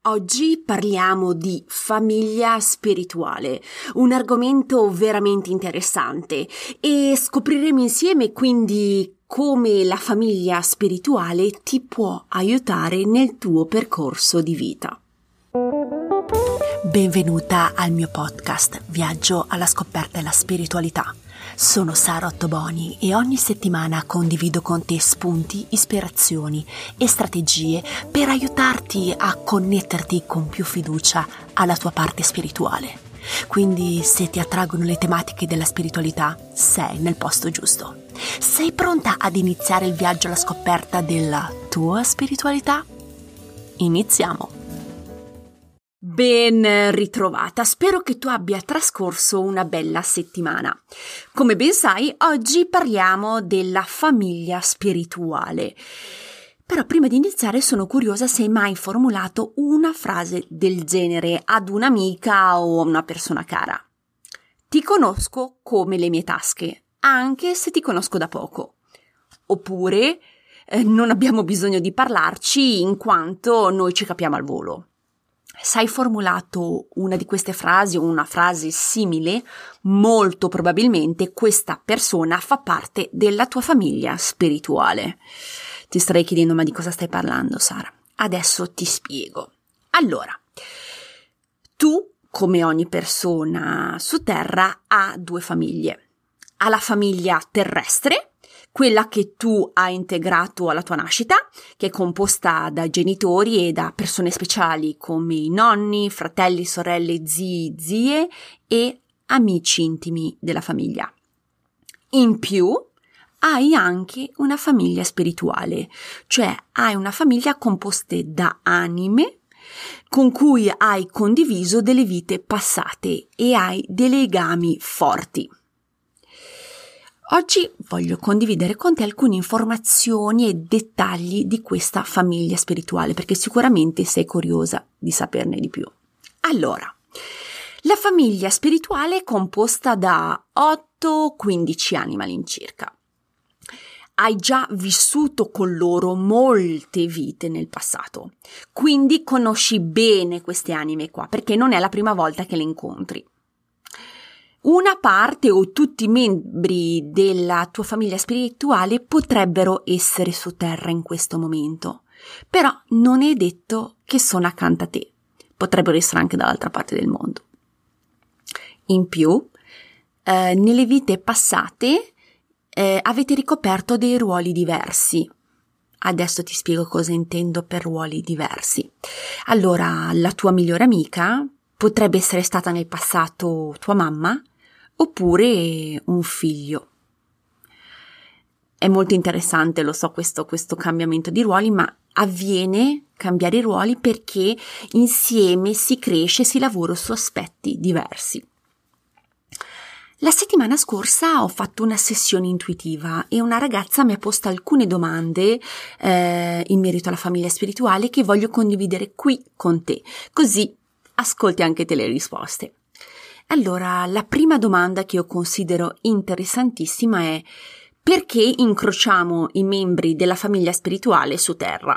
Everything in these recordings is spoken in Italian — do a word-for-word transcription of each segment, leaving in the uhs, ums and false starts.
Oggi parliamo di famiglia spirituale, un argomento veramente interessante e scopriremo insieme quindi come la famiglia spirituale ti può aiutare nel tuo percorso di vita. Benvenuta al mio podcast Viaggio alla scoperta della spiritualità. Sono Sara Ottoboni e ogni settimana condivido con te spunti, ispirazioni e strategie per aiutarti a connetterti con più fiducia alla tua parte spirituale. Quindi se ti attraggono le tematiche della spiritualità, sei nel posto giusto. Sei pronta ad iniziare il viaggio alla scoperta della tua spiritualità? Iniziamo! Ben ritrovata, spero che tu abbia trascorso una bella settimana. Come ben sai, oggi parliamo della famiglia spirituale. Però prima di iniziare sono curiosa se hai mai formulato una frase del genere ad un'amica o a una persona cara. Ti conosco come le mie tasche, anche se ti conosco da poco. Oppure eh, non abbiamo bisogno di parlarci in quanto noi ci capiamo al volo. Se hai formulato una di queste frasi o una frase simile, molto probabilmente questa persona fa parte della tua famiglia spirituale. Ti starei chiedendo, ma di cosa stai parlando, Sara? Adesso ti spiego. Allora, tu, come ogni persona su Terra, ha due famiglie. Ha la famiglia terrestre, quella che tu hai integrato alla tua nascita, che è composta da genitori e da persone speciali come i nonni, fratelli, sorelle, zii, zie e amici intimi della famiglia. In più, hai anche una famiglia spirituale, cioè hai una famiglia composta da anime con cui hai condiviso delle vite passate e hai dei legami forti. Oggi voglio condividere con te alcune informazioni e dettagli di questa famiglia spirituale, perché sicuramente sei curiosa di saperne di più. Allora, la famiglia spirituale è composta da otto quindici anime all'incirca. Hai già vissuto con loro molte vite nel passato, quindi conosci bene queste anime qua, perché non è la prima volta che le incontri. Una parte o tutti i membri della tua famiglia spirituale potrebbero essere su terra in questo momento, però non è detto che sono accanto a te, potrebbero essere anche dall'altra parte del mondo. In più, eh, nelle vite passate eh, avete ricoperto dei ruoli diversi. Adesso ti spiego cosa intendo per ruoli diversi. Allora, la tua migliore amica potrebbe essere stata nel passato tua mamma, oppure un figlio. È molto interessante, lo so, questo, questo cambiamento di ruoli, ma avviene cambiare i ruoli perché insieme si cresce, si lavora su aspetti diversi. La settimana scorsa ho fatto una sessione intuitiva e una ragazza mi ha posto alcune domande eh, in merito alla famiglia spirituale che voglio condividere qui con te, così ascolti anche te le risposte. Allora, la prima domanda che io considero interessantissima è: perché incrociamo i membri della famiglia spirituale su Terra?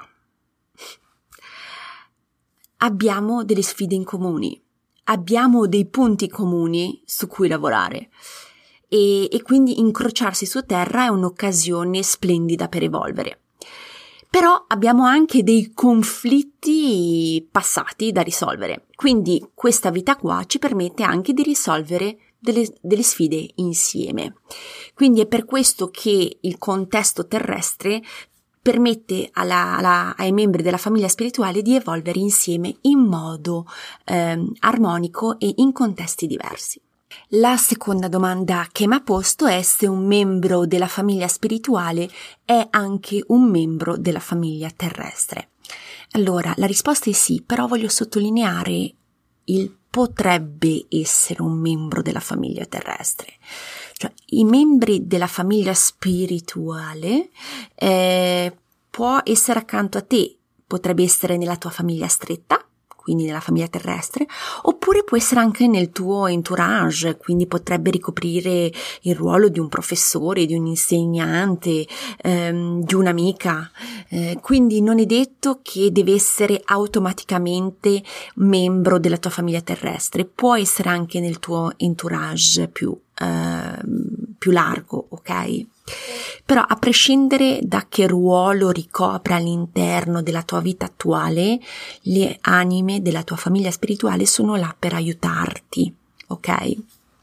Abbiamo delle sfide in comuni, abbiamo dei punti comuni su cui lavorare e, e quindi incrociarsi su Terra è un'occasione splendida per evolvere. Però abbiamo anche dei conflitti passati da risolvere, quindi questa vita qua ci permette anche di risolvere delle, delle sfide insieme. Quindi è per questo che il contesto terrestre permette alla, alla, ai membri della famiglia spirituale di evolvere insieme in modo ehm, armonico e in contesti diversi. La seconda domanda che mi ha posto è se un membro della famiglia spirituale è anche un membro della famiglia terrestre. Allora, la risposta è sì, però voglio sottolineare il potrebbe essere un membro della famiglia terrestre. Cioè, i membri della famiglia spirituale eh, può essere accanto a te, potrebbe essere nella tua famiglia stretta, quindi nella famiglia terrestre, oppure può essere anche nel tuo entourage, quindi potrebbe ricoprire il ruolo di un professore, di un insegnante, ehm, di un'amica, eh, quindi non è detto che deve essere automaticamente membro della tua famiglia terrestre, può essere anche nel tuo entourage più, ehm, più largo, ok? Però a prescindere da che ruolo ricopre all'interno della tua vita attuale, le anime della tua famiglia spirituale sono là per aiutarti, ok?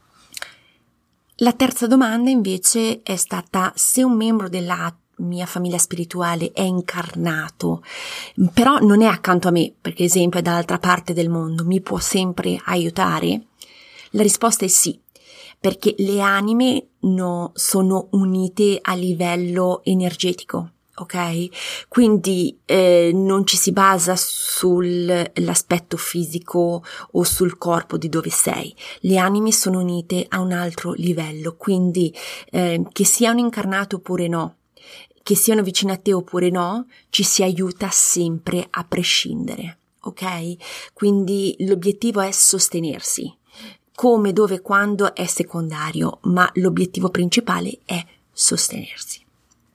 La terza domanda invece è stata: se un membro della mia famiglia spirituale è incarnato, però non è accanto a me, perché esempio è dall'altra parte del mondo, mi può sempre aiutare? La risposta è sì. Perché le anime no, sono unite a livello energetico, ok? Quindi eh, non ci si basa sull'aspetto fisico o sul corpo di dove sei. Le anime sono unite a un altro livello, quindi eh, che siano incarnate oppure no, che siano vicine a te oppure no, ci si aiuta sempre a prescindere, ok? Quindi l'obiettivo è sostenersi. Come, dove, quando è secondario, ma l'obiettivo principale è sostenersi.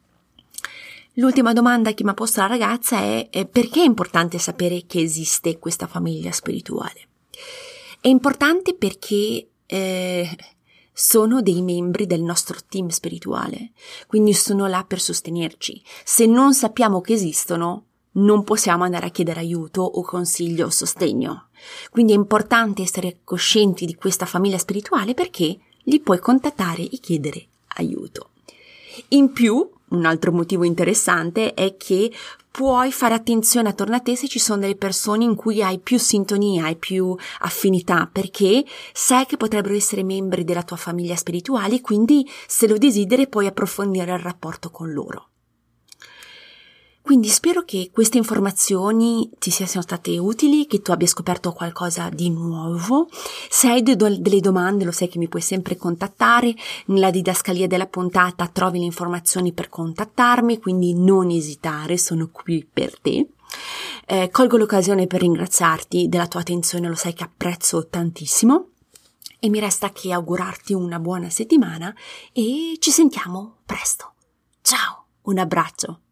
L'ultima domanda che mi ha posto la ragazza è, è perché è importante sapere che esiste questa famiglia spirituale? È importante perché eh, sono dei membri del nostro team spirituale, quindi sono là per sostenerci. Se non sappiamo che esistono, non possiamo andare a chiedere aiuto o consiglio o sostegno. Quindi è importante essere coscienti di questa famiglia spirituale perché li puoi contattare e chiedere aiuto. In più, un altro motivo interessante è che puoi fare attenzione attorno a te se ci sono delle persone in cui hai più sintonia, hai più affinità, perché sai che potrebbero essere membri della tua famiglia spirituale, quindi se lo desideri puoi approfondire il rapporto con loro. Quindi spero che queste informazioni ti siano state utili, che tu abbia scoperto qualcosa di nuovo. Se hai de- delle domande, lo sai che mi puoi sempre contattare. Nella didascalia della puntata trovi le informazioni per contattarmi, quindi non esitare, sono qui per te. Eh, colgo l'occasione per ringraziarti della tua attenzione, lo sai che apprezzo tantissimo. E mi resta che augurarti una buona settimana e ci sentiamo presto. Ciao, un abbraccio.